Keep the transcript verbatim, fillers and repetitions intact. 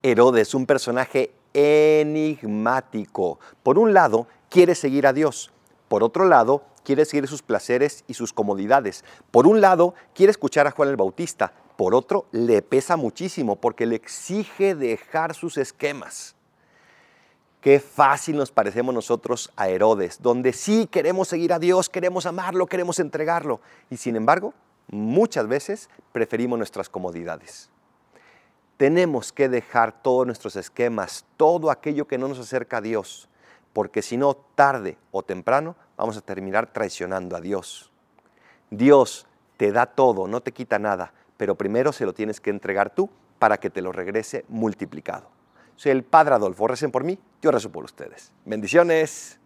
Herodes, un personaje enigmático. Por un lado, quiere seguir a Dios. Por otro lado, quiere seguir sus placeres y sus comodidades. Por un lado, quiere escuchar a Juan el Bautista. Por otro, le pesa muchísimo porque le exige dejar sus esquemas. Qué fácil nos parecemos nosotros a Herodes, donde sí queremos seguir a Dios, queremos amarlo, queremos entregarlo. Y sin embargo, muchas veces preferimos nuestras comodidades. Tenemos que dejar todos nuestros esquemas, todo aquello que no nos acerca a Dios, porque si no, tarde o temprano, vamos a terminar traicionando a Dios. Dios te da todo, no te quita nada, pero primero se lo tienes que entregar tú para que te lo regrese multiplicado. Soy el Padre Adolfo, recen por mí, yo rezo por ustedes. Bendiciones.